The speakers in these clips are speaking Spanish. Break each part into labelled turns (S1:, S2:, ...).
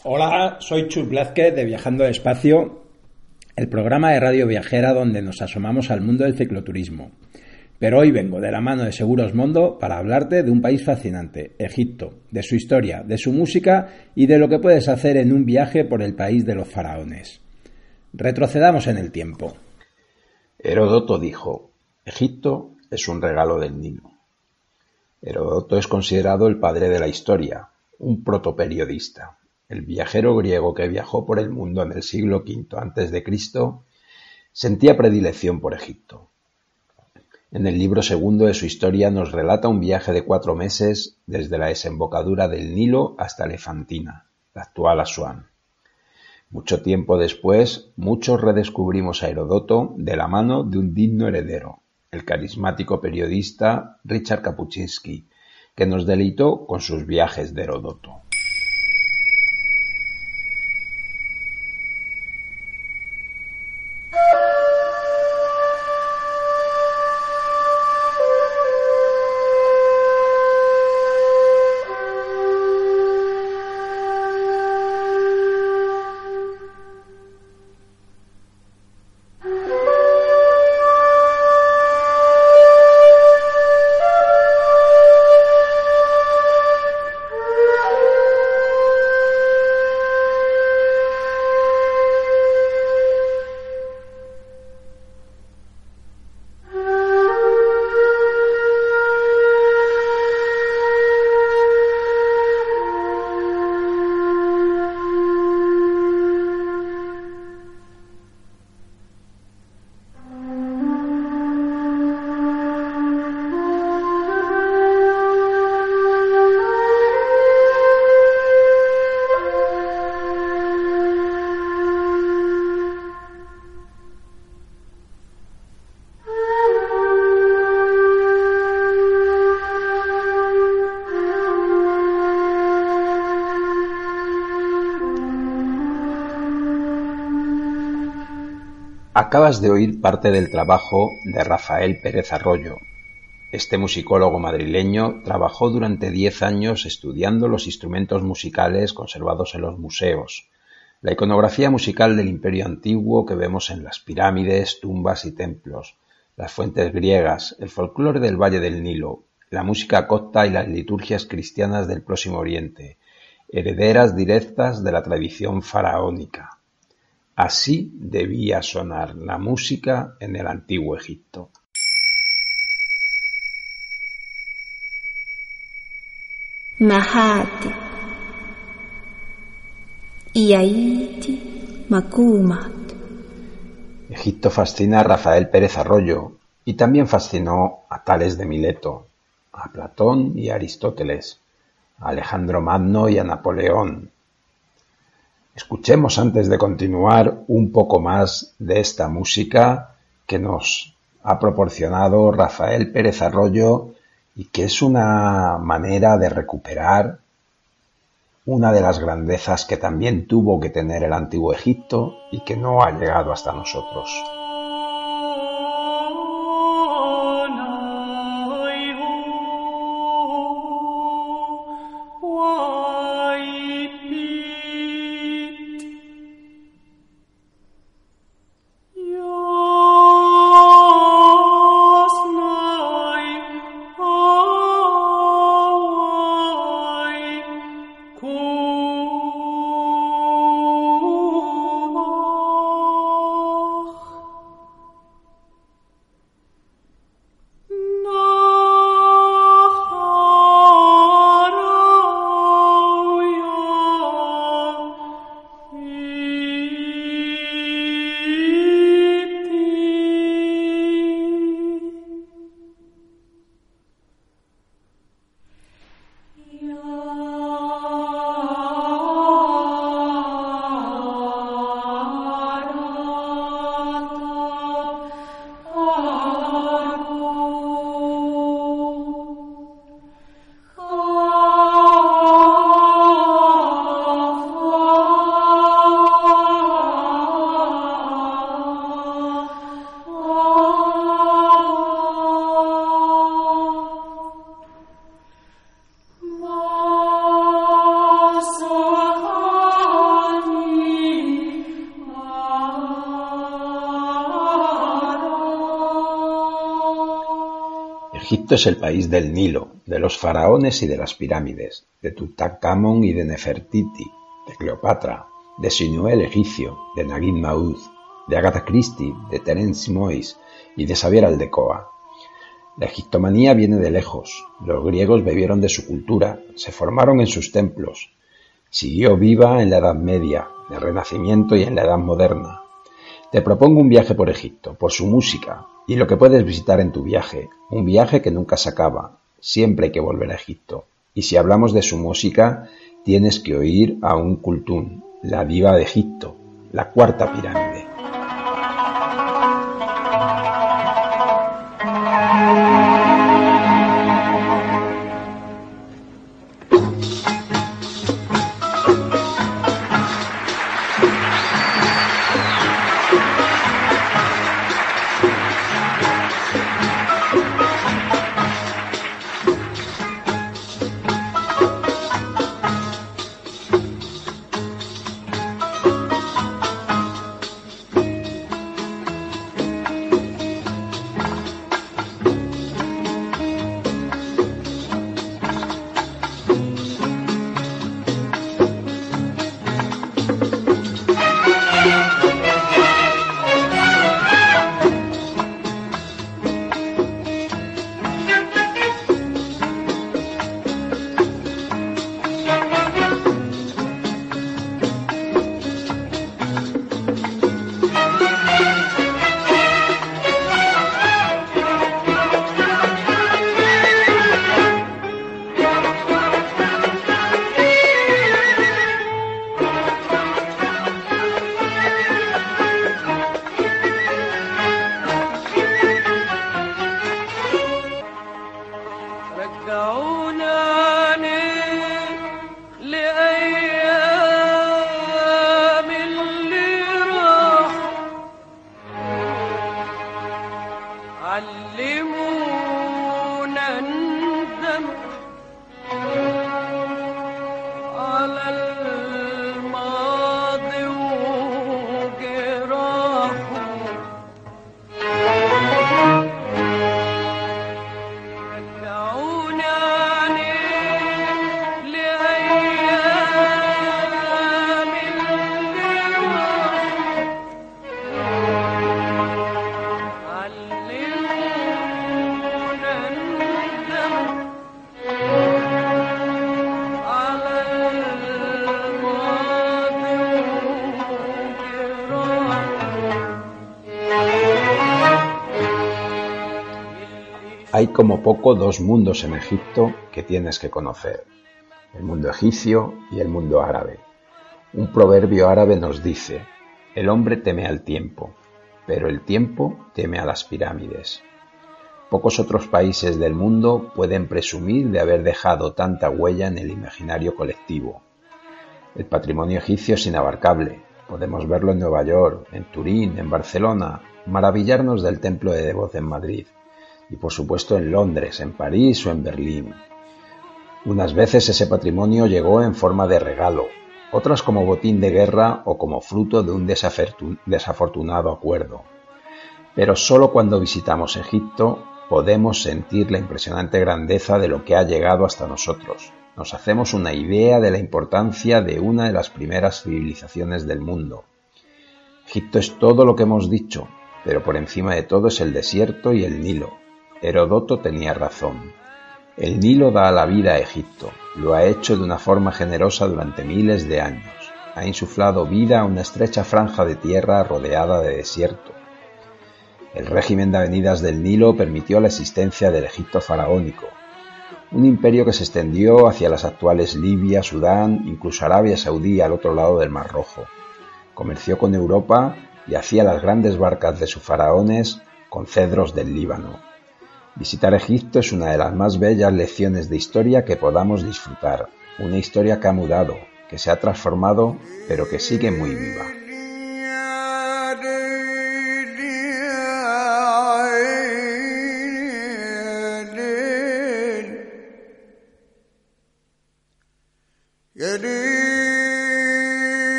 S1: Hola, soy Chus Blázquez de Viajando Despacio, el programa de radio viajera donde nos asomamos al mundo del cicloturismo. Pero hoy vengo de la mano de Seguros Mondo para hablarte de un país fascinante, Egipto, de su historia, de su música y de lo que puedes hacer en un viaje por el país de los faraones. Retrocedamos en el tiempo.
S2: Heródoto dijo: Egipto es un regalo del Nilo. Heródoto es considerado el padre de la historia, un protoperiodista, el viajero griego que viajó por el mundo en el siglo V a.C., sentía predilección por Egipto. En el libro segundo de su historia nos relata un viaje de 4 meses desde la desembocadura del Nilo hasta Elefantina, la actual Asuán. Mucho tiempo después, muchos redescubrimos a Heródoto de la mano de un digno heredero, el carismático periodista Richard Kapuscinski, que nos deleitó con sus viajes de Heródoto. Acabas de oír parte del trabajo de Rafael Pérez Arroyo. Este musicólogo madrileño trabajó durante 10 años estudiando los instrumentos musicales conservados en los museos, la iconografía musical del Imperio Antiguo que vemos en las pirámides, tumbas y templos, las fuentes griegas, el folclore del Valle del Nilo, la música copta y las liturgias cristianas del Próximo Oriente, herederas directas de la tradición faraónica. Así debía sonar la música en el Antiguo Egipto.
S3: Mahati Iaiti Makumat.
S2: Egipto fascina a Rafael Pérez Arroyo y también fascinó a Tales de Mileto, a Platón y a Aristóteles, a Alejandro Magno y a Napoleón. Escuchemos antes de continuar un poco más de esta música que nos ha proporcionado Rafael Pérez Arroyo y que es una manera de recuperar una de las grandezas que también tuvo que tener el Antiguo Egipto y que no ha llegado hasta nosotros. Egipto es el país del Nilo, de los faraones y de las pirámides, de Tutankamón y de Nefertiti, de Cleopatra, de Sinué el egipcio, de Naguib Mahfouz, de Agatha Christie, de Terence Moyes y de Xavier Aldecoa. La egiptomanía viene de lejos. Los griegos bebieron de su cultura, se formaron en sus templos. Siguió viva en la Edad Media, en el Renacimiento y en la Edad Moderna. Te propongo un viaje por Egipto, por su música, y lo que puedes visitar en tu viaje, un viaje que nunca se acaba. Siempre hay que volver a Egipto. Y si hablamos de su música, tienes que oír a Kulthum, la diva de Egipto, la cuarta pirámide. Hay como poco dos mundos en Egipto que tienes que conocer, el mundo egipcio y el mundo árabe. Un proverbio árabe nos dice, el hombre teme al tiempo, pero el tiempo teme a las pirámides. Pocos otros países del mundo pueden presumir de haber dejado tanta huella en el imaginario colectivo. El patrimonio egipcio es inabarcable, podemos verlo en Nueva York, en Turín, en Barcelona, maravillarnos del templo de Devoz en Madrid. Y por supuesto en Londres, en París o en Berlín. Unas veces ese patrimonio llegó en forma de regalo, otras como botín de guerra o como fruto de un desafortunado acuerdo. Pero solo cuando visitamos Egipto podemos sentir la impresionante grandeza de lo que ha llegado hasta nosotros. Nos hacemos una idea de la importancia de una de las primeras civilizaciones del mundo. Egipto es todo lo que hemos dicho, pero por encima de todo es el desierto y el Nilo. Heródoto tenía razón. El Nilo da la vida a Egipto, lo ha hecho de una forma generosa durante miles de años. Ha insuflado vida a una estrecha franja de tierra rodeada de desierto. El régimen de avenidas del Nilo permitió la existencia del Egipto faraónico, un imperio que se extendió hacia las actuales Libia, Sudán, incluso Arabia Saudí al otro lado del Mar Rojo. Comerció con Europa y hacía las grandes barcas de sus faraones con cedros del Líbano. Visitar Egipto es una de las más bellas lecciones de historia que podamos disfrutar. Una historia que ha mudado, que se ha transformado, pero que sigue muy viva.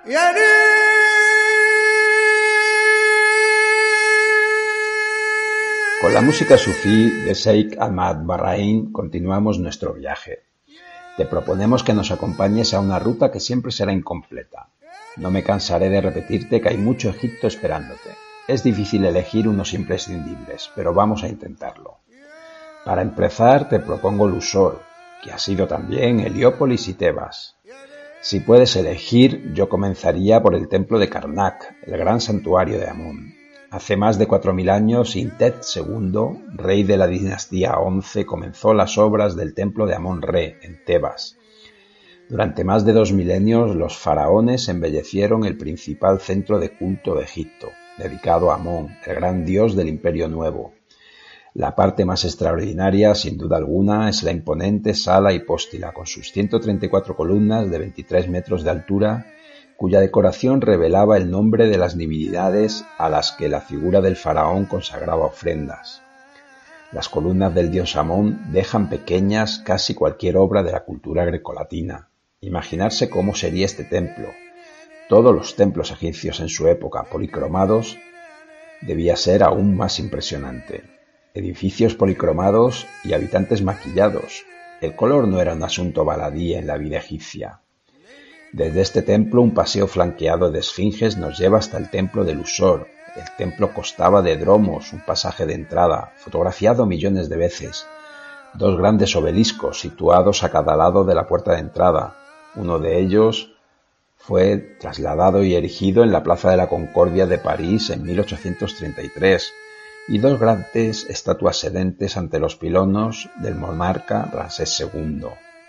S2: Con la música sufí de Sheikh Ahmad Bahrain continuamos nuestro viaje. Te proponemos que nos acompañes a una ruta que siempre será incompleta. No me cansaré de repetirte que hay mucho Egipto esperándote. Es difícil elegir unos imprescindibles, pero vamos a intentarlo. Para empezar, te propongo Luxor, que ha sido también Heliópolis y Tebas. Si puedes elegir, yo comenzaría por el templo de Karnak, el gran santuario de Amón. Hace más de 4000 años, Intet II, rey de la dinastía 11, comenzó las obras del templo de Amón-Re, en Tebas. Durante más de 2 milenios, los faraones embellecieron el principal centro de culto de Egipto, dedicado a Amón, el gran dios del Imperio Nuevo. La parte más extraordinaria, sin duda alguna, es la imponente sala hipóstila, con sus 134 columnas de 23 metros de altura, cuya decoración revelaba el nombre de las divinidades a las que la figura del faraón consagraba ofrendas. Las columnas del dios Amón dejan pequeñas casi cualquier obra de la cultura grecolatina. Imaginarse cómo sería este templo. Todos los templos egipcios en su época, policromados, debía ser aún más impresionante. Edificios policromados y habitantes maquillados. El color no era un asunto baladí en la vida egipcia. Desde este templo, un paseo flanqueado de esfinges nos lleva hasta el templo de Luxor. El templo constaba de dromos, un pasaje de entrada, fotografiado millones de veces. 2 grandes obeliscos situados a cada lado de la puerta de entrada. Uno de ellos fue trasladado y erigido en la Plaza de la Concordia de París en 1833, y 2 grandes estatuas sedentes ante los pilonos del monarca Ramsés II.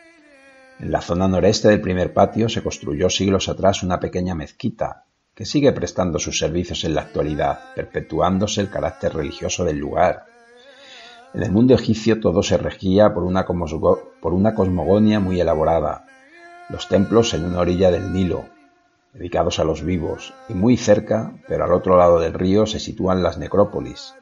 S2: En la zona noreste del primer patio se construyó siglos atrás una pequeña mezquita, que sigue prestando sus servicios en la actualidad, perpetuándose el carácter religioso del lugar. En el mundo egipcio todo se regía por una cosmogonía muy elaborada. Los templos en una orilla del Nilo, dedicados a los vivos, y muy cerca, pero al otro lado del río, se sitúan las necrópolis,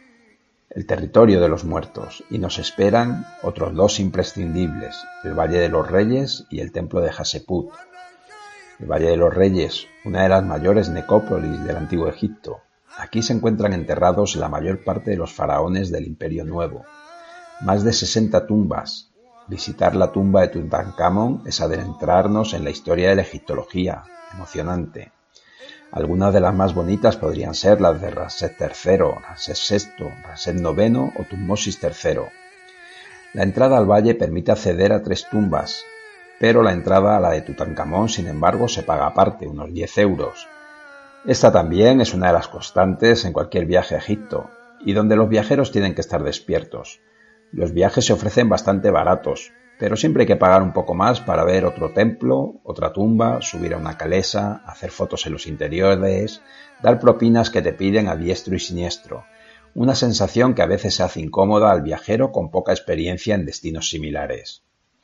S2: el territorio de los muertos, y nos esperan otros 2 imprescindibles, el Valle de los Reyes y el Templo de Hatshepsut. El Valle de los Reyes, una de las mayores necrópolis del Antiguo Egipto. Aquí se encuentran enterrados la mayor parte de los faraones del Imperio Nuevo. Más de 60 tumbas. Visitar la tumba de Tutankamón es adentrarnos en la historia de la egiptología. Emocionante. Algunas de las más bonitas podrían ser las de Ramsés III, Ramsés VI, Ramsés IX o Tutmosis III. La entrada al valle permite acceder a 3 tumbas, pero la entrada a la de Tutankamón, sin embargo, se paga aparte, unos 10 euros. Esta también es una de las constantes en cualquier viaje a Egipto, y donde los viajeros tienen que estar despiertos. Los viajes se ofrecen bastante baratos, pero siempre hay que pagar un poco más para ver otro templo, otra tumba, subir a una calesa, hacer fotos en los interiores, dar propinas que te piden a diestro y siniestro. Una sensación que a veces se hace incómoda al viajero con poca experiencia en destinos similares.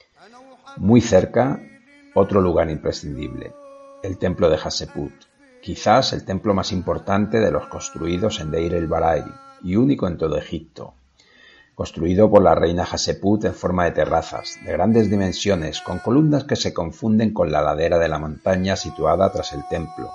S2: Muy cerca, otro lugar imprescindible, el templo de Hatshepsut, quizás el templo más importante de los construidos en Deir el-Bahari y único en todo Egipto. Construido por la reina Hatshepsut en forma de terrazas, de grandes dimensiones, con columnas que se confunden con la ladera de la montaña situada tras el templo.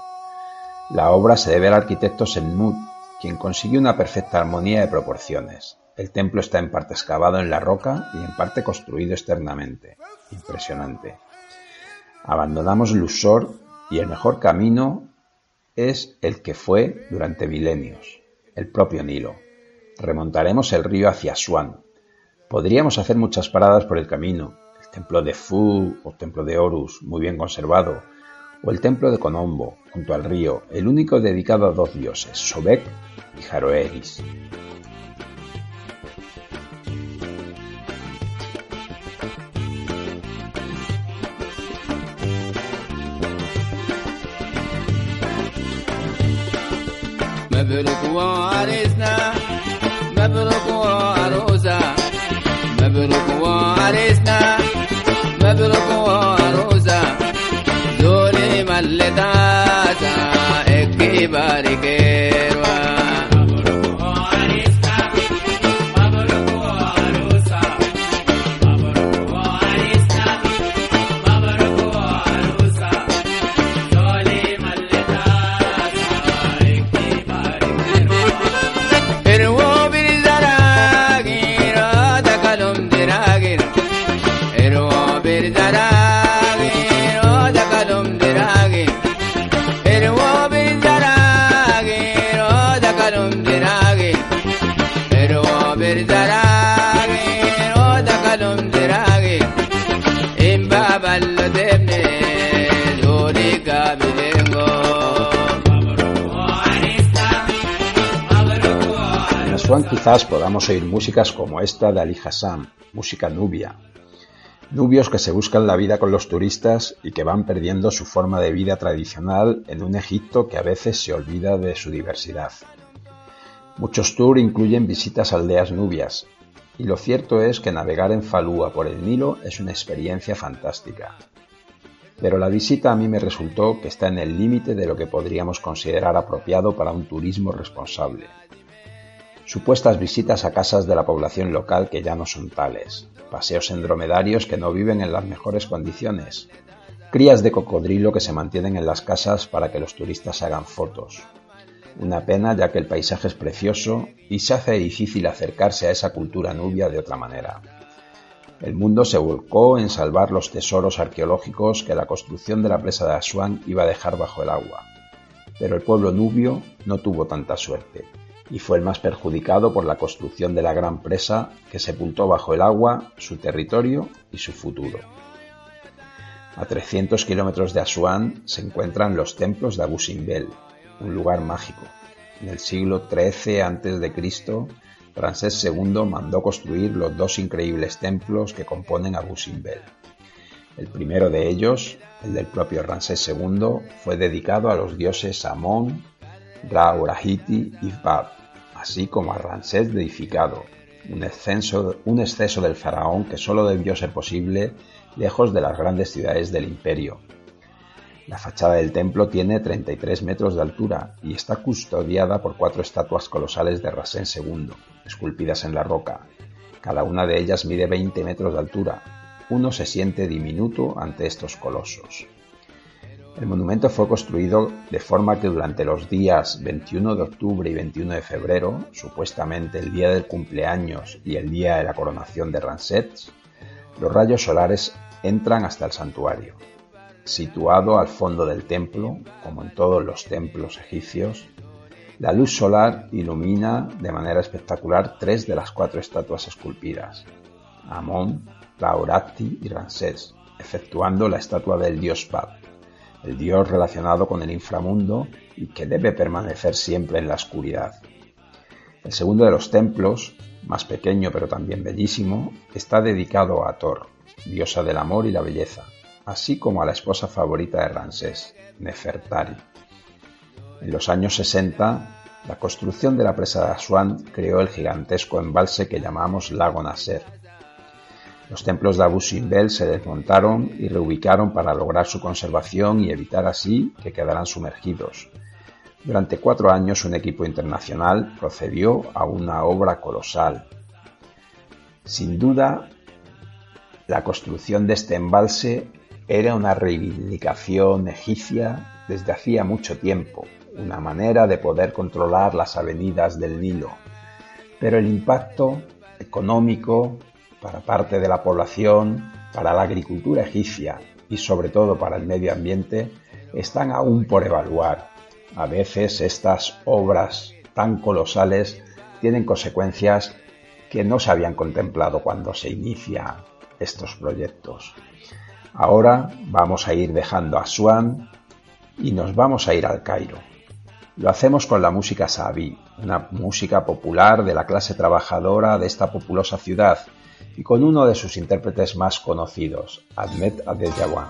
S2: La obra se debe al arquitecto Semnut, quien consiguió una perfecta armonía de proporciones. El templo está en parte excavado en la roca y en parte construido externamente. Impresionante. Abandonamos Luxor y el mejor camino es el que fue durante milenios, el propio Nilo. Remontaremos el río hacia Asuán. Podríamos hacer muchas paradas por el camino, el templo de Fu o templo de Horus, muy bien conservado, o el templo de Colombo, junto al río, el único dedicado a 2 dioses, Sobek y Jaroeris.
S3: مبروك وعريسنا مبروك وعروسة مبروك وعريسنا مبروك وعروسة زولي ملتاسا اكي باركيروا مبروك وعريسنا مبروك وعروسة مبروك وعريسنا مبروك وعروسة زولي
S2: En Asuán quizás podamos oír músicas como esta de Ali Hassan, música nubia. Nubios que se buscan la vida con los turistas y que van perdiendo su forma de vida tradicional en un Egipto que a veces se olvida de su diversidad. Muchos tours incluyen visitas a aldeas nubias, y lo cierto es que navegar en falúa por el Nilo es una experiencia fantástica. Pero la visita a mí me resultó que está en el límite de lo que podríamos considerar apropiado para un turismo responsable. Supuestas visitas a casas de la población local que ya no son tales, paseos en dromedarios que no viven en las mejores condiciones, crías de cocodrilo que se mantienen en las casas para que los turistas hagan fotos. Una pena, ya que el paisaje es precioso y se hace difícil acercarse a esa cultura nubia de otra manera. El mundo se volcó en salvar los tesoros arqueológicos que la construcción de la presa de Asuán iba a dejar bajo el agua, pero el pueblo nubio no tuvo tanta suerte y fue el más perjudicado por la construcción de la gran presa que sepultó bajo el agua su territorio y su futuro. A 300 kilómetros de Asuán se encuentran los templos de Abu Simbel, un lugar mágico. En el siglo XIII a.C., Ramsés II mandó construir los dos increíbles templos que componen Abu Simbel. El primero de ellos, el del propio Ramsés II, fue dedicado a los dioses Amón, Ra-Horajiti y Bab, así como a Ramsés deificado, un exceso del faraón que solo debió ser posible lejos de las grandes ciudades del imperio. La fachada del templo tiene 33 metros de altura y está custodiada por 4 estatuas colosales de Ramsés II, esculpidas en la roca. Cada una de ellas mide 20 metros de altura. Uno se siente diminuto ante estos colosos. El monumento fue construido de forma que durante los días 21 de octubre y 21 de febrero, supuestamente el día del cumpleaños y el día de la coronación de Ramsés, los rayos solares entran hasta el santuario. Situado al fondo del templo, como en todos los templos egipcios, la luz solar ilumina de manera espectacular 3 de las 4 estatuas esculpidas, Amón, Ra-Horajti y Ramsés, exceptuando la estatua del dios Bab, el dios relacionado con el inframundo y que debe permanecer siempre en la oscuridad. El segundo de los templos, más pequeño pero también bellísimo, está dedicado a Hathor, diosa del amor y la belleza, así como a la esposa favorita de Ramsés, Nefertari. En los años 60, la construcción de la presa de Asuán creó el gigantesco embalse que llamamos Lago Nasser. Los templos de Abu Simbel se desmontaron y reubicaron para lograr su conservación y evitar así que quedaran sumergidos. Durante 4 años un equipo internacional procedió a una obra colosal. Sin duda, la construcción de este embalse era una reivindicación egipcia desde hacía mucho tiempo, una manera de poder controlar las avenidas del Nilo. Pero el impacto económico para parte de la población, para la agricultura egipcia y sobre todo para el medio ambiente están aún por evaluar. A veces estas obras tan colosales tienen consecuencias que no se habían contemplado cuando se inician estos proyectos. Ahora vamos a ir dejando Asuán y nos vamos a ir al Cairo. Lo hacemos con la música Sabi, una música popular de la clase trabajadora de esta populosa ciudad, y con uno de sus intérpretes más conocidos, Ahmed Abdellawan.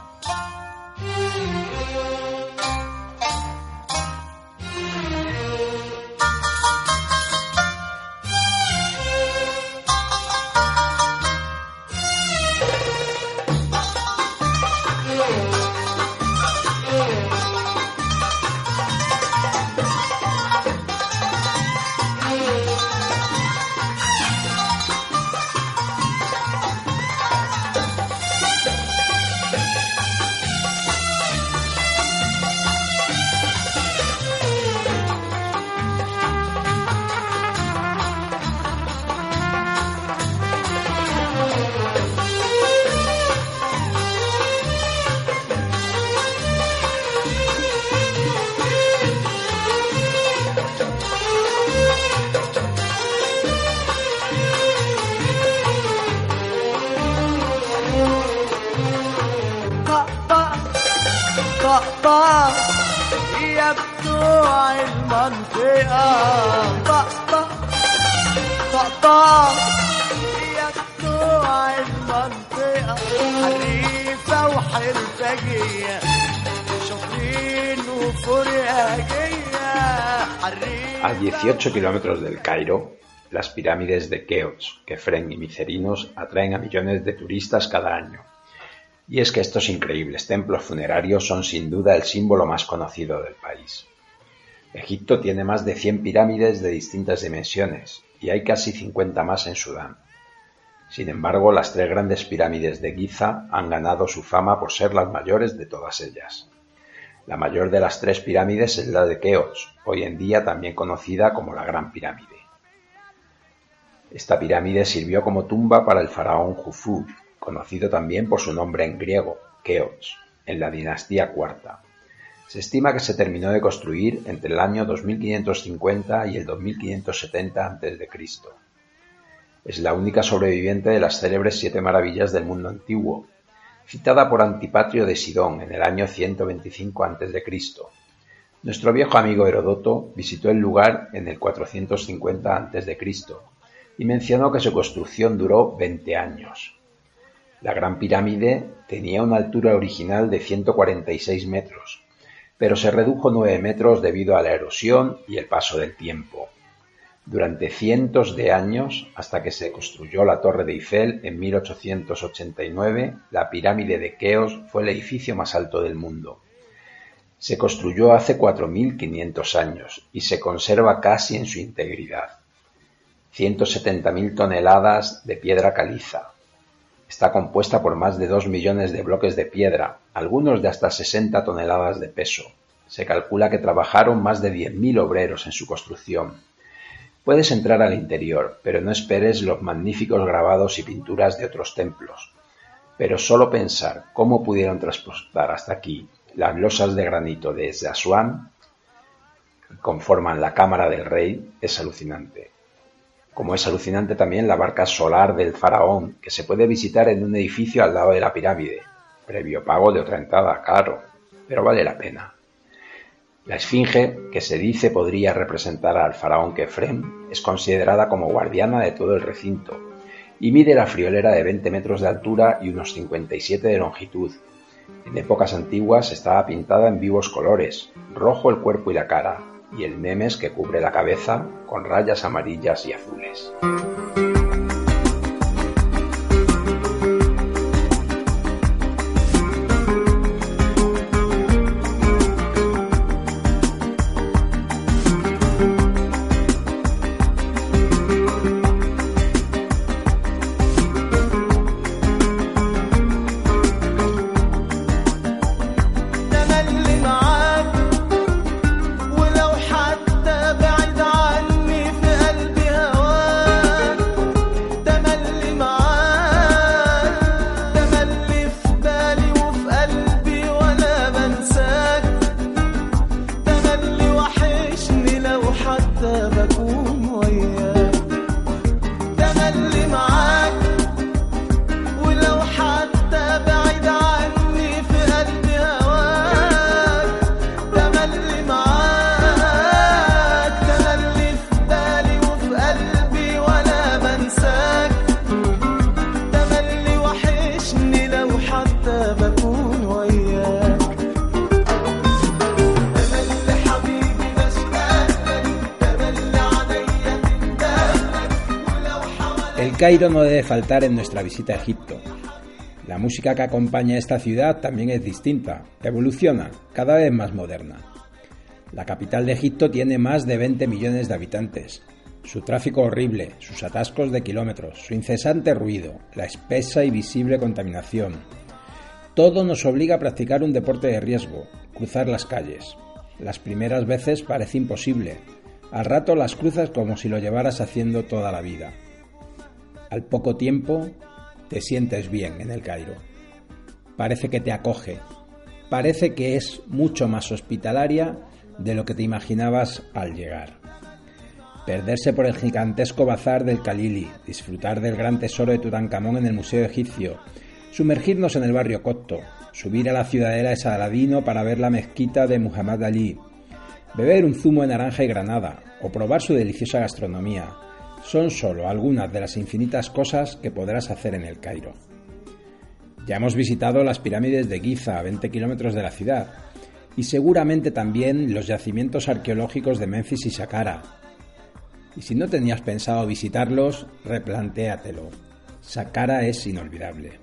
S4: طقطق يا بتوع المنطقة طقطق طقطق يا بتوع المنطقة حريفة وحرفجية شاطرين وفرياجية
S2: A 18 kilómetros del Cairo, las pirámides de Keops, Kefren y Micerinos atraen a millones de turistas cada año. Y es que estos increíbles templos funerarios son sin duda el símbolo más conocido del país. Egipto tiene más de 100 pirámides de distintas dimensiones y hay casi 50 más en Sudán. Sin embargo, las 3 grandes pirámides de Giza han ganado su fama por ser las mayores de todas ellas. La mayor de las 3 pirámides es la de Keops, hoy en día también conocida como la Gran Pirámide. Esta pirámide sirvió como tumba para el faraón Jufu, conocido también por su nombre en griego, Keops, en la dinastía IV. Se estima que se terminó de construir entre el año 2550 y el 2570 a.C. Es la única sobreviviente de las célebres 7 maravillas del mundo antiguo, citada por Antipatrio de Sidón en el año 125 a.C. Nuestro viejo amigo Heródoto visitó el lugar en el 450 a.C. y mencionó que su construcción duró 20 años. La Gran Pirámide tenía una altura original de 146 metros, pero se redujo 9 metros debido a la erosión y el paso del tiempo. Durante cientos de años, hasta que se construyó la Torre de Eiffel en 1889, la pirámide de Keops fue el edificio más alto del mundo. Se construyó hace 4.500 años y se conserva casi en su integridad. 170.000 toneladas de piedra caliza. Está compuesta por más de 2 millones de bloques de piedra, algunos de hasta 60 toneladas de peso. Se calcula que trabajaron más de 10.000 obreros en su construcción. Puedes entrar al interior, pero no esperes los magníficos grabados y pinturas de otros templos. Pero solo pensar cómo pudieron transportar hasta aquí las losas de granito desde Asuán, que conforman la cámara del rey, es alucinante. Como es alucinante también la barca solar del faraón, que se puede visitar en un edificio al lado de la pirámide, previo pago de otra entrada, claro, pero vale la pena. La esfinge, que se dice podría representar al faraón Kefren, es considerada como guardiana de todo el recinto, y mide la friolera de 20 metros de altura y unos 57 de longitud. En épocas antiguas estaba pintada en vivos colores, rojo el cuerpo y la cara, y el nemes que cubre la cabeza con rayas amarillas y azules.
S1: El Cairo no debe faltar en nuestra visita a Egipto. La música que acompaña a esta ciudad también es distinta, evoluciona, cada vez más moderna. La capital de Egipto tiene más de 20 millones de habitantes. Su tráfico horrible, sus atascos de kilómetros, su incesante ruido, la espesa y visible contaminación. Todo nos obliga a practicar un deporte de riesgo, cruzar las calles. Las primeras veces parece imposible. Al rato las cruzas como si lo llevaras haciendo toda la vida. Al poco tiempo te sientes bien en el Cairo. Parece que te acoge. Parece que es mucho más hospitalaria de lo que te imaginabas al llegar. Perderse por el gigantesco bazar del Khalili, disfrutar del gran tesoro de Tutankamón en el Museo Egipcio, sumergirnos en el barrio copto, subir a la ciudadela de Saladino para ver la mezquita de Muhammad Ali, beber un zumo de naranja y granada o probar su deliciosa gastronomía son solo algunas de las infinitas cosas que podrás hacer en el Cairo. Ya hemos visitado las pirámides de Giza, a 20 kilómetros de la ciudad, y seguramente también los yacimientos arqueológicos de Menfis y Saqqara. Y si no tenías pensado visitarlos, replantéatelo. Saqqara es inolvidable.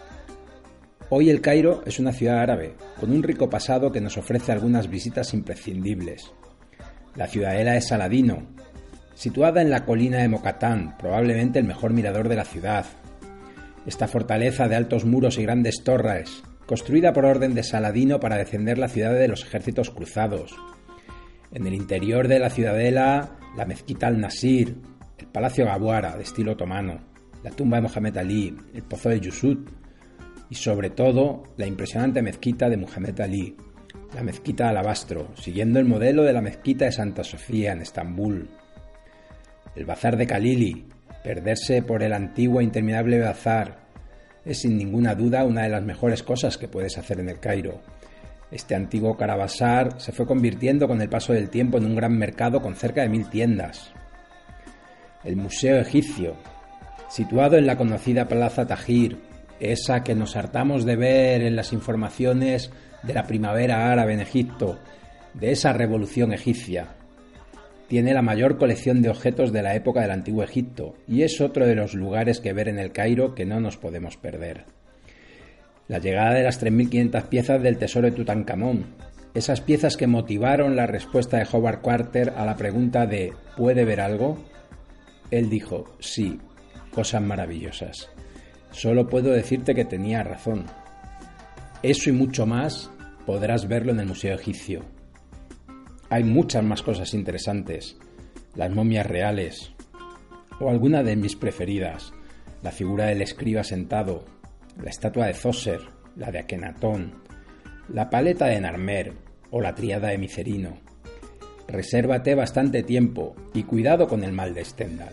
S1: Hoy el Cairo es una ciudad árabe, con un rico pasado que nos ofrece algunas visitas imprescindibles. La ciudadela de Saladino, situada en la colina de Mokatán, probablemente el mejor mirador de la ciudad. Esta fortaleza de altos muros y grandes torres, construida por orden de Saladino para defender la ciudad de los ejércitos cruzados. En el interior de la ciudadela, la mezquita al-Nasir, el palacio Gabuara de estilo otomano, la tumba de Mohamed Ali, el pozo de Yusud y sobre todo la impresionante mezquita de Muhammad Ali, la mezquita de alabastro, siguiendo el modelo de la mezquita de Santa Sofía en Estambul. El bazar de Khalili, perderse por el antiguo e interminable bazar, es sin ninguna duda una de las mejores cosas que puedes hacer en el Cairo. Este antiguo carabazar se fue convirtiendo con el paso del tiempo en un gran mercado con cerca de 1000 tiendas. El Museo Egipcio, situado en la conocida Plaza Tahrir, esa que nos hartamos de ver en las informaciones de la primavera árabe en Egipto, de esa revolución egipcia. Tiene la mayor colección de objetos de la época del Antiguo Egipto y es otro de los lugares que ver en el Cairo que no nos podemos perder. La llegada de las 3.500 piezas del tesoro de Tutankamón, esas piezas que motivaron la respuesta de Howard Carter a la pregunta de ¿puede ver algo? Él dijo, sí, cosas maravillosas. Solo puedo decirte que tenía razón. Eso y mucho más podrás verlo en el Museo Egipcio. Hay muchas más cosas interesantes, las momias reales, o alguna de mis preferidas, la figura del escriba sentado, la estatua de Zoser, la de Akenatón, la paleta de Narmer o la tríada de Micerino. Resérvate bastante tiempo y cuidado con el mal de Stendhal.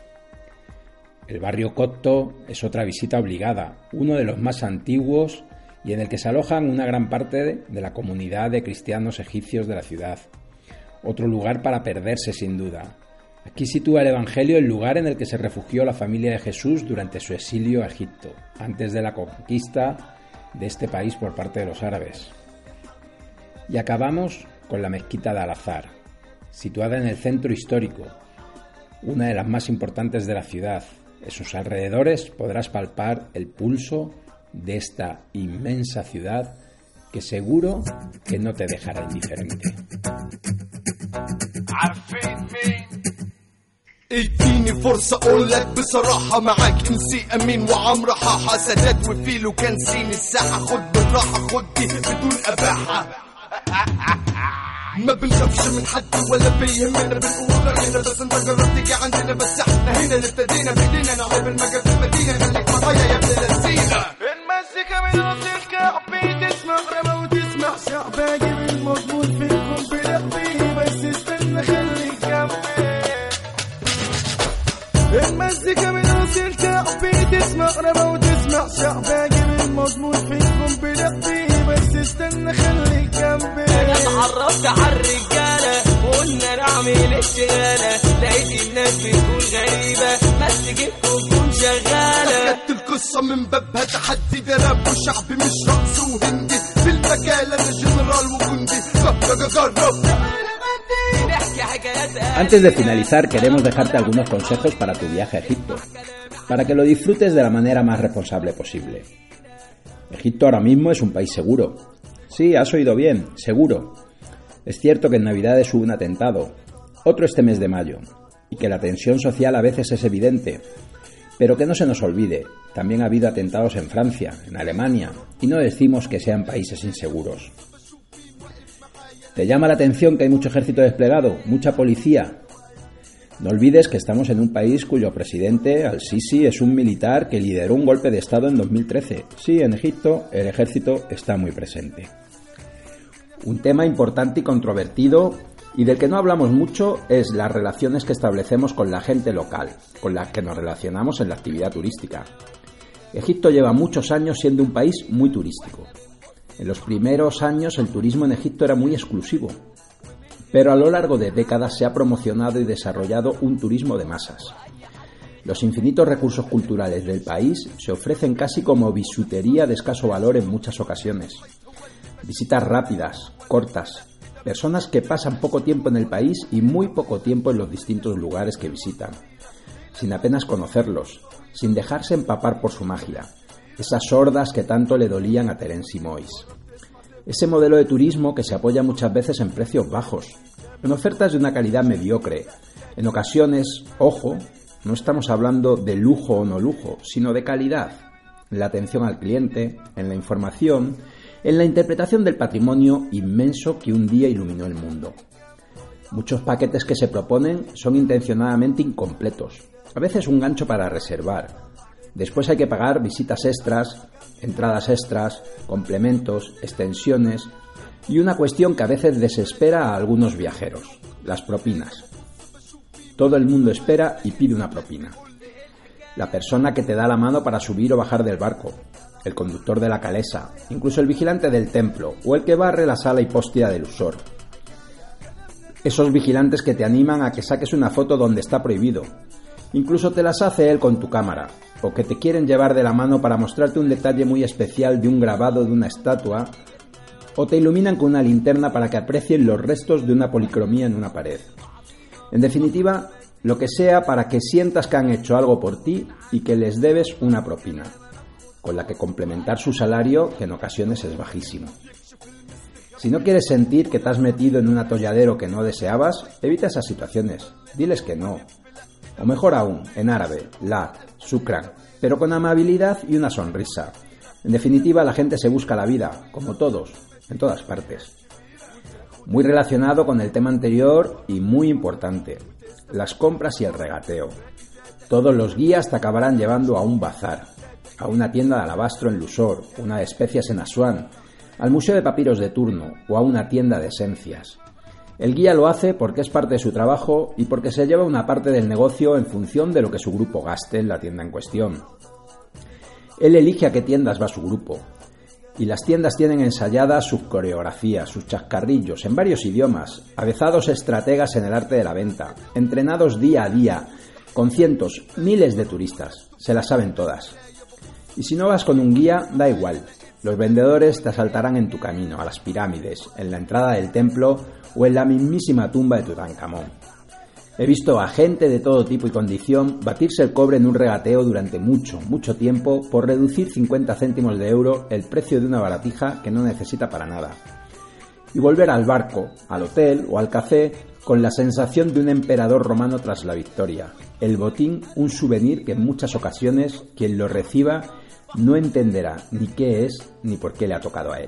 S1: El barrio copto es otra visita obligada, uno de los más antiguos y en el que se alojan una gran parte de la comunidad de cristianos egipcios de la ciudad. Otro lugar para perderse sin duda. Aquí sitúa el Evangelio el lugar en el que se refugió la familia de Jesús durante su exilio a Egipto, antes de la conquista de este país por parte de los árabes. Y acabamos con la mezquita de Al-Azhar, situada en el centro histórico, una de las más importantes de la ciudad. En sus alrededores podrás palpar el pulso de esta inmensa ciudad que seguro que no te dejará indiferente.
S5: اديني فرصة اقول لك بصراحة معاك امسي امين وعمرو حاحة سادات وفيل وكان سين الساحة خد بالراحة خد دي بدون اباحة ما بنخافش من حد ولا بيهمنا بنقول رأينا بس انت جربت تيجي عندنا بس احنا هنا اللي ابتدينا بايدينا نعرف المجال في المدينة خليك معايا يا ابن اللذينة المزيكا من راس الكعب تسمع رمى وتسمع شعب اجيب المضمون فيكم بلقبي بس استنى خليك جنبي المزيكا من راس الكعب تسمع رمى وتسمع شعب اجيب المضمون فيكم بلقبي بس استنى خليك جنبي انا اتعرفت على الرجاله وقلنا نعمل الشغاله لقيت الناس بتقول غريبه بس جبتكم تكون شغاله خدت القصه من بابها تحدي ده راب وشعب مش رقص وهندي في المجال انا جنرال وجندي جرب.
S1: Antes de finalizar, queremos dejarte algunos consejos para tu viaje a Egipto, para que lo disfrutes de la manera más responsable posible. Egipto ahora mismo es un país seguro. Sí, has oído bien, seguro. Es cierto que en Navidades hubo un atentado, otro este mes de mayo, y que la tensión social a veces es evidente, pero que no se nos olvide, también ha habido atentados en Francia, en Alemania, y no decimos que sean países inseguros. ¿Te llama la atención que hay mucho ejército desplegado, mucha policía? No olvides que estamos en un país cuyo presidente, Al-Sisi, es un militar que lideró un golpe de Estado en 2013. Sí, en Egipto el ejército está muy presente. Un tema importante y controvertido y del que no hablamos mucho es las relaciones que establecemos con la gente local, con la que nos relacionamos en la actividad turística. Egipto lleva muchos años siendo un país muy turístico. En los primeros años el turismo en Egipto era muy exclusivo, pero a lo largo de décadas se ha promocionado y desarrollado un turismo de masas. Los infinitos recursos culturales del país se ofrecen casi como bisutería de escaso valor en muchas ocasiones. Visitas rápidas, cortas, personas que pasan poco tiempo en el país y muy poco tiempo en los distintos lugares que visitan, sin apenas conocerlos, sin dejarse empapar por su magia, esas hordas que tanto le dolían a Terence Moix. Ese modelo de turismo que se apoya muchas veces en precios bajos, en ofertas de una calidad mediocre, en ocasiones, ojo, no estamos hablando de lujo o no lujo, sino de calidad, en la atención al cliente, en la información, en la interpretación del patrimonio inmenso que un día iluminó el mundo. Muchos paquetes que se proponen son intencionadamente incompletos, a veces un gancho para reservar. Después hay que pagar visitas extras, entradas extras, complementos, extensiones y una cuestión que a veces desespera a algunos viajeros, las propinas. Todo el mundo espera y pide una propina. La persona que te da la mano para subir o bajar del barco, el conductor de la calesa, incluso el vigilante del templo o el que barre la sala hipóstida del Luxor. Esos vigilantes que te animan a que saques una foto donde está prohibido. Incluso te las hace él con tu cámara, o que te quieren llevar de la mano para mostrarte un detalle muy especial de un grabado de una estatua, o te iluminan con una linterna para que aprecien los restos de una policromía en una pared. En definitiva, lo que sea para que sientas que han hecho algo por ti y que les debes una propina, con la que complementar su salario, que en ocasiones es bajísimo. Si no quieres sentir que te has metido en un atolladero que no deseabas, evita esas situaciones, diles que no. O mejor aún, en árabe, la, shukran, pero con amabilidad y una sonrisa. En definitiva, la gente se busca la vida, como todos, en todas partes. Muy relacionado con el tema anterior y muy importante, las compras y el regateo. Todos los guías te acabarán llevando a un bazar, a una tienda de alabastro en Luxor, una de especias en Asuán, al museo de papiros de turno o a una tienda de esencias. El guía lo hace porque es parte de su trabajo y porque se lleva una parte del negocio en función de lo que su grupo gaste en la tienda en cuestión. Él elige a qué tiendas va su grupo. Y las tiendas tienen ensayadas sus coreografías, sus chascarrillos, en varios idiomas, avezados estrategas en el arte de la venta, entrenados día a día, con cientos, miles de turistas, se las saben todas. Y si no vas con un guía, da igual, los vendedores te asaltarán en tu camino, a las pirámides, en la entrada del templo o en la mismísima tumba de Tutankamón. He visto a gente de todo tipo y condición batirse el cobre en un regateo durante mucho tiempo por reducir 50 céntimos de euro el precio de una baratija que no necesita para nada. Y volver al barco, al hotel o al café con la sensación de un emperador romano tras la victoria. El botín, un souvenir que en muchas ocasiones quien lo reciba no entenderá ni qué es ni por qué le ha tocado a él.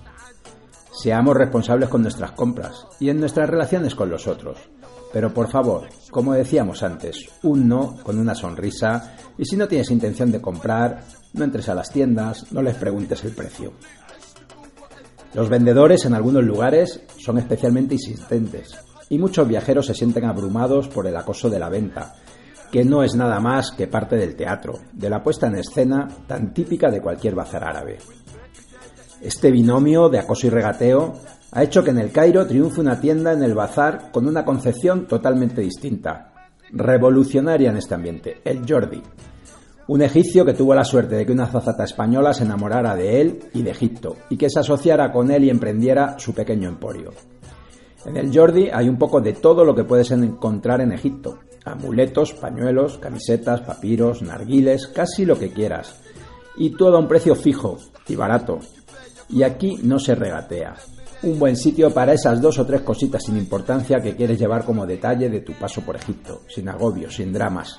S1: Seamos responsables con nuestras compras y en nuestras relaciones con los otros. Pero por favor, como decíamos antes, un no con una sonrisa y si no tienes intención de comprar, no entres a las tiendas, no les preguntes el precio. Los vendedores en algunos lugares son especialmente insistentes y muchos viajeros se sienten abrumados por el acoso de la venta, que no es nada más que parte del teatro, de la puesta en escena tan típica de cualquier bazar árabe. Este binomio de acoso y regateo ha hecho que en el Cairo triunfe una tienda en el bazar con una concepción totalmente distinta, revolucionaria en este ambiente, el Jordi. Un egipcio que tuvo la suerte de que una azafata española se enamorara de él y de Egipto, y que se asociara con él y emprendiera su pequeño emporio. En el Jordi hay un poco de todo lo que puedes encontrar en Egipto. Amuletos, pañuelos, camisetas, papiros, narguiles, casi lo que quieras. Y todo a un precio fijo y barato. Y aquí no se regatea. Un buen sitio para esas 2 o 3 cositas sin importancia que quieres llevar como detalle de tu paso por Egipto, sin agobios, sin dramas.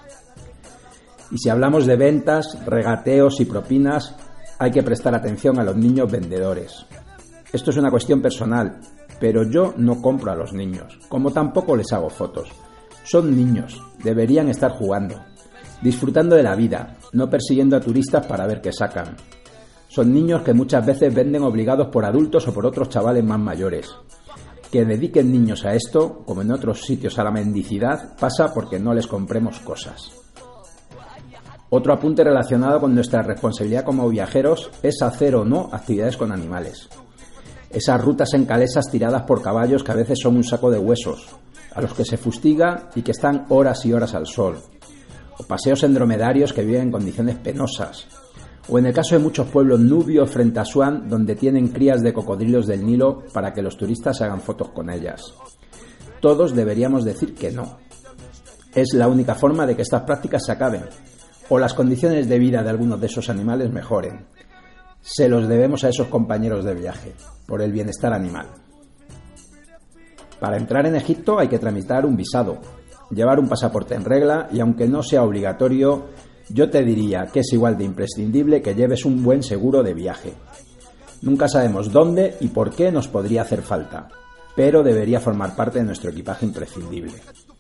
S1: Y si hablamos de ventas, regateos y propinas, hay que prestar atención a los niños vendedores. Esto es una cuestión personal, pero yo no compro a los niños, como tampoco les hago fotos. Son niños, deberían estar jugando, disfrutando de la vida, no persiguiendo a turistas para ver qué sacan. Son niños que muchas veces venden obligados por adultos o por otros chavales más mayores. Que dediquen niños a esto, como en otros sitios a la mendicidad, pasa porque no les compremos cosas. Otro apunte relacionado con nuestra responsabilidad como viajeros es hacer o no actividades con animales. Esas rutas en calesas tiradas por caballos que a veces son un saco de huesos, a los que se fustiga y que están horas y horas al sol. O paseos en dromedarios que viven en condiciones penosas. O en el caso de muchos pueblos nubios frente a Asuán, donde tienen crías de cocodrilos del Nilo para que los turistas se hagan fotos con ellas. Todos deberíamos decir que no. Es la única forma de que estas prácticas se acaben, o las condiciones de vida de algunos de esos animales mejoren. Se los debemos a esos compañeros de viaje, por el bienestar animal. Para entrar en Egipto hay que tramitar un visado, llevar un pasaporte en regla y aunque no sea obligatorio, yo te diría que es igual de imprescindible que lleves un buen seguro de viaje. Nunca sabemos dónde y por qué nos podría hacer falta, pero debería formar parte de nuestro equipaje imprescindible.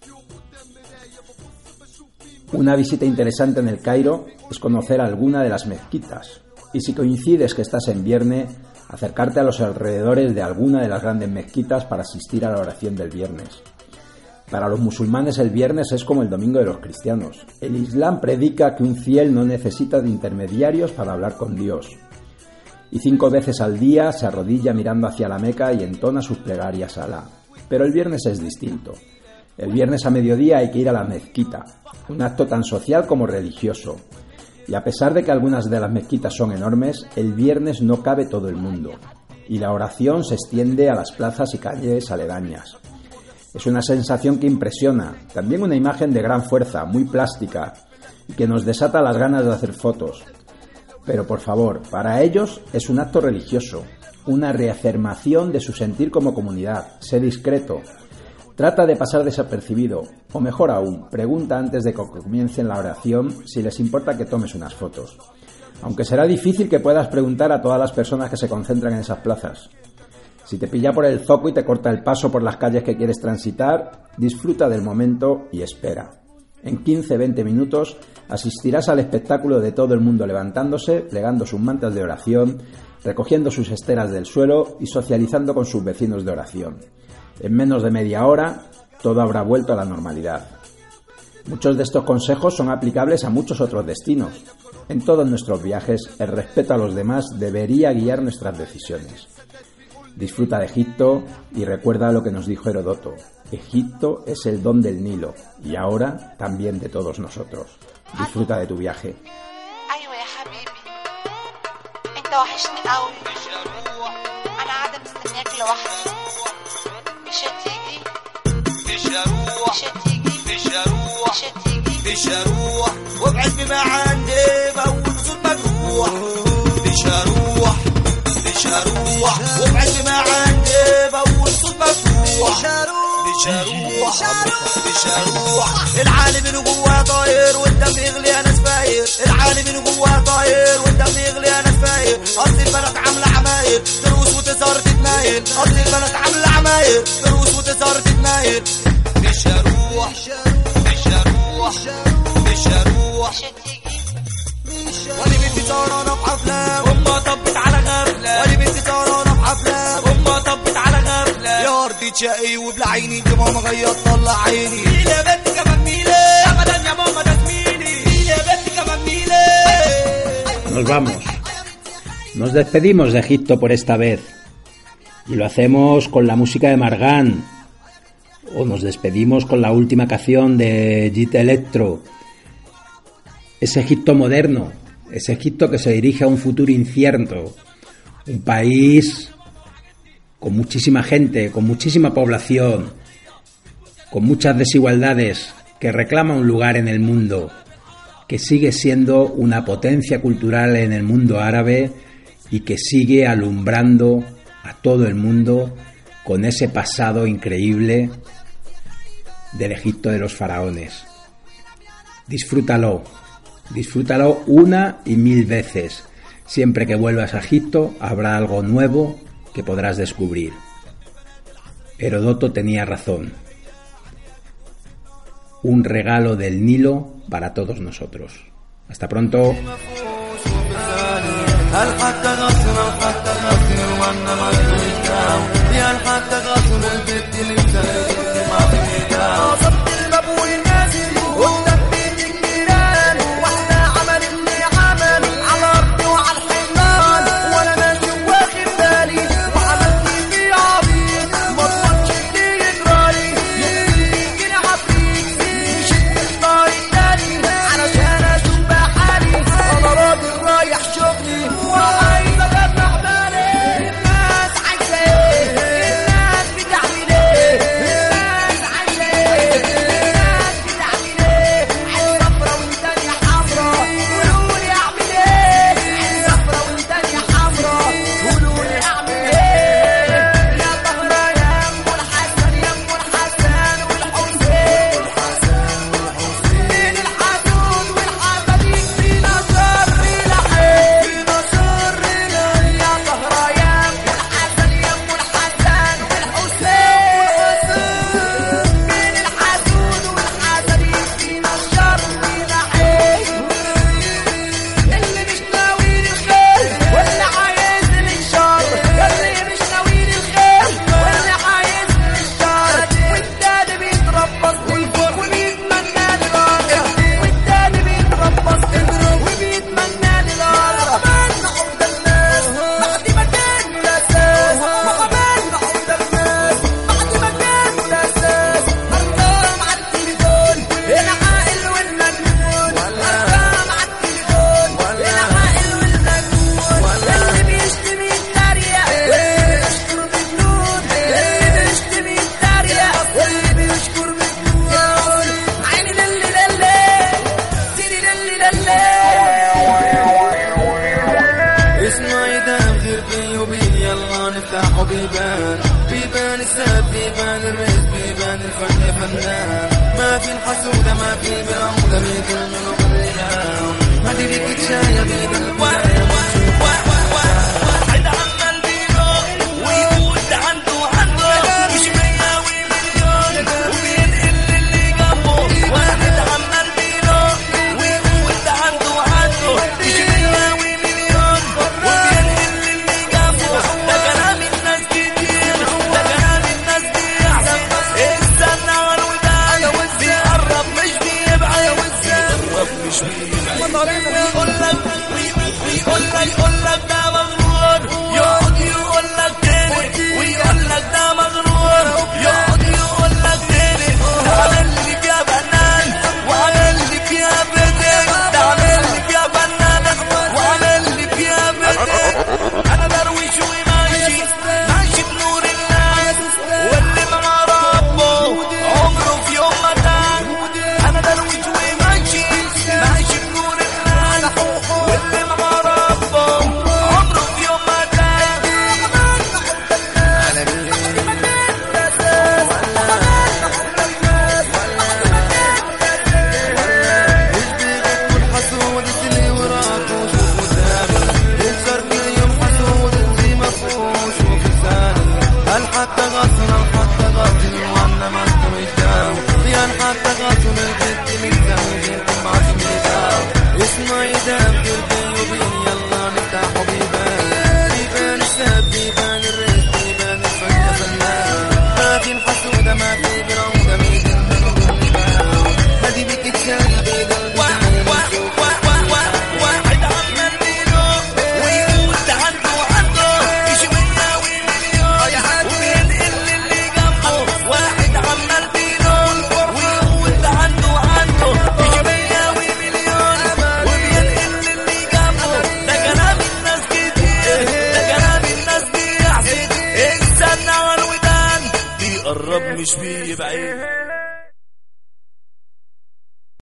S1: Una visita interesante en el Cairo es conocer alguna de las mezquitas, y si coincides que estás en viernes, acercarte a los alrededores de alguna de las grandes mezquitas para asistir a la oración del viernes. Para los musulmanes el viernes es como el domingo de los cristianos. El Islam predica que un fiel no necesita de intermediarios para hablar con Dios. Y 5 veces al día se arrodilla mirando hacia la Meca y entona sus plegarias a Alá. Pero el viernes es distinto. El viernes a mediodía hay que ir a la mezquita, un acto tan social como religioso. Y a pesar de que algunas de las mezquitas son enormes, el viernes no cabe todo el mundo. Y la oración se extiende a las plazas y calles aledañas. Es una sensación que impresiona, también una imagen de gran fuerza, muy plástica, y que nos desata las ganas de hacer fotos. Pero por favor, para ellos es un acto religioso, una reafirmación de su sentir como comunidad. Sé discreto. Trata de pasar desapercibido, o mejor aún, pregunta antes de que comiencen la oración si les importa que tomes unas fotos. Aunque será difícil que puedas preguntar a todas las personas que se concentran en esas plazas. Si te pilla por el zoco y te corta el paso por las calles que quieres transitar, disfruta del momento y espera. En 15-20 minutos asistirás al espectáculo de todo el mundo levantándose, plegando sus mantas de oración, recogiendo sus esteras del suelo y socializando con sus vecinos de oración. En menos de media hora, todo habrá vuelto a la normalidad. Muchos de estos consejos son aplicables a muchos otros destinos. En todos nuestros viajes, el respeto a los demás debería guiar nuestras decisiones. Disfruta de Egipto y recuerda lo que nos dijo Heródoto. Egipto es el don del Nilo y ahora también de todos nosotros. Disfruta de tu viaje.
S6: أيوة يا حبيبي أنت وحشني قوي أنا قاعدة مستنياك لوحدي مش هتيجي
S4: مش هروح وابعد بما عندي بأول صوت مجروح مش هروح وابعد بما عندي بأول صوت مجروح مش هروح العالم اللي جواه طاير والدم يغلي انا سفاير العالم اللي جواه طاير والدم يغلي انا سفاير اصل البنات عامله عماير تروس وتظهر تتنايل اصل البنات عامله عماير تروس وتظهر تتنايل مش هروح ولي بنتي سهرانه في حفله امها طبت على غفله ولي بنتي سهرانه في حفله امها طبت على غفله يا ارضي شقي وبلا عيني انت ماما غير طلع عيني ميلي يا بنتي كمان ميلي ابدا يا ماما ده زميلي ميلي يا بنتي كمان ميلي.
S1: Nos vamos. Nos despedimos de Egipto por esta vez. Y lo hacemos con la música de Margan. O nos despedimos con la última canción de Jit Electro. Es Egipto moderno. Es Egipto que se dirige a un futuro incierto. Un país con muchísima gente, con muchísima población, con muchas desigualdades, que reclama un lugar en el mundo, que sigue siendo una potencia cultural en el mundo árabe y que sigue alumbrando a todo el mundo con ese pasado increíble del Egipto de los faraones. Disfrútalo una y mil veces. Siempre que vuelvas a Egipto habrá algo nuevo que podrás descubrir. Heródoto tenía razón. Un regalo del Nilo para todos nosotros. Hasta pronto.
S4: يلا نفتح بيبان، بيبان السب، بيبان الرزق، بيبان الفن يا فنان. ما في الحسودة ما في برودة، بيد الملوك الرجال هذه ليك تشاية بيد البداية. واحد عمال بيروح ويقول ده عنده مش مياوي مليون وبينقل اللي جنبه. واحد عمال بيروح ويقول ده عنده مش مياوي مليون وبينقل اللي جنبه. ده كلام الناس كتير، ده كلام الناس بيحسب. استنى والوداع بيقرب مش بيبعد، بيقرب مش بيبعد. ويقول لك ده مغرور، يقعد يقول لك تاني ويقول لك ده مغرور، يقعد يقول لك تاني. ده عامل لك يا فنان وعامل لك يا بدر، ده عامل لك يا فنان وعامل لك يا بدر. انا درويش وماشي ماشي بنور الناس، واللي مع ربه عمره في يوم ما تاه. انا درويش وماشي ماشي بنور الناس، واللي مع ربه عمره في يوم ما تاه. انا الحسود اللي وراك وشوف قدامك، الشرق يوم حسود اللي مفروش وفي لسانك. الحق غصن الحق غصن وانا ما انت مش داو، يا الحق غصن البنت من زوجين ما تميزاو. اسمع يدام قلبي وبين يلا نفتح بيبان، بيبان السب، بيبان الرزق، بيبان الفن يا فنان. ما في الحسودة ما في برودة، بيد الملوك الرجال هذه بك تشاري بيد البداية. واحد عمال بيروح ويقول ده عنده مش مياوي مليون وبينقل اللي جنبه. واحد عمال بيروح ويقول ده عنده مش مياوي مليون وبينقل اللي جنبه. ده كلام الناس كتير، ده كلام الناس بيحسد. استنى والودان بيقرب مش بيبعد.